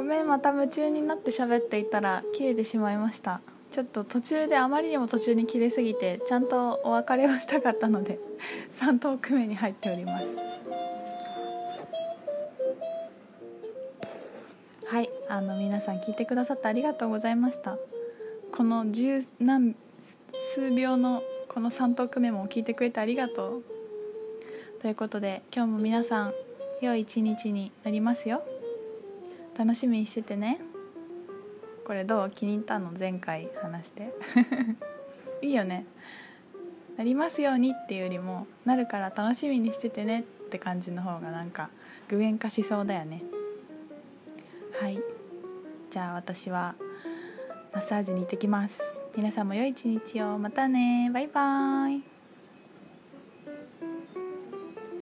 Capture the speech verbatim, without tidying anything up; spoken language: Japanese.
めん、また夢中になって喋っていたら切れてしまいました。ちょっと途中であまりにも途中に切れすぎてちゃんとお別れをしたかったのでさんトーク目に入っております。はい、あの皆さん聞いてくださってありがとうございました。この十何数秒のこのさんトーク目も聞いてくれてありがとうということで、今日も皆さん良い一日になりますよ。楽しみにしててね。これどう？気に入ったの？前回話していいよね。なりますようにっていうよりも、なるから楽しみにしててねって感じの方がなんか具現化しそうだよね。はい、じゃあ私はマッサージに行ってきます。皆さんも良い一日を。またね。バイバイ。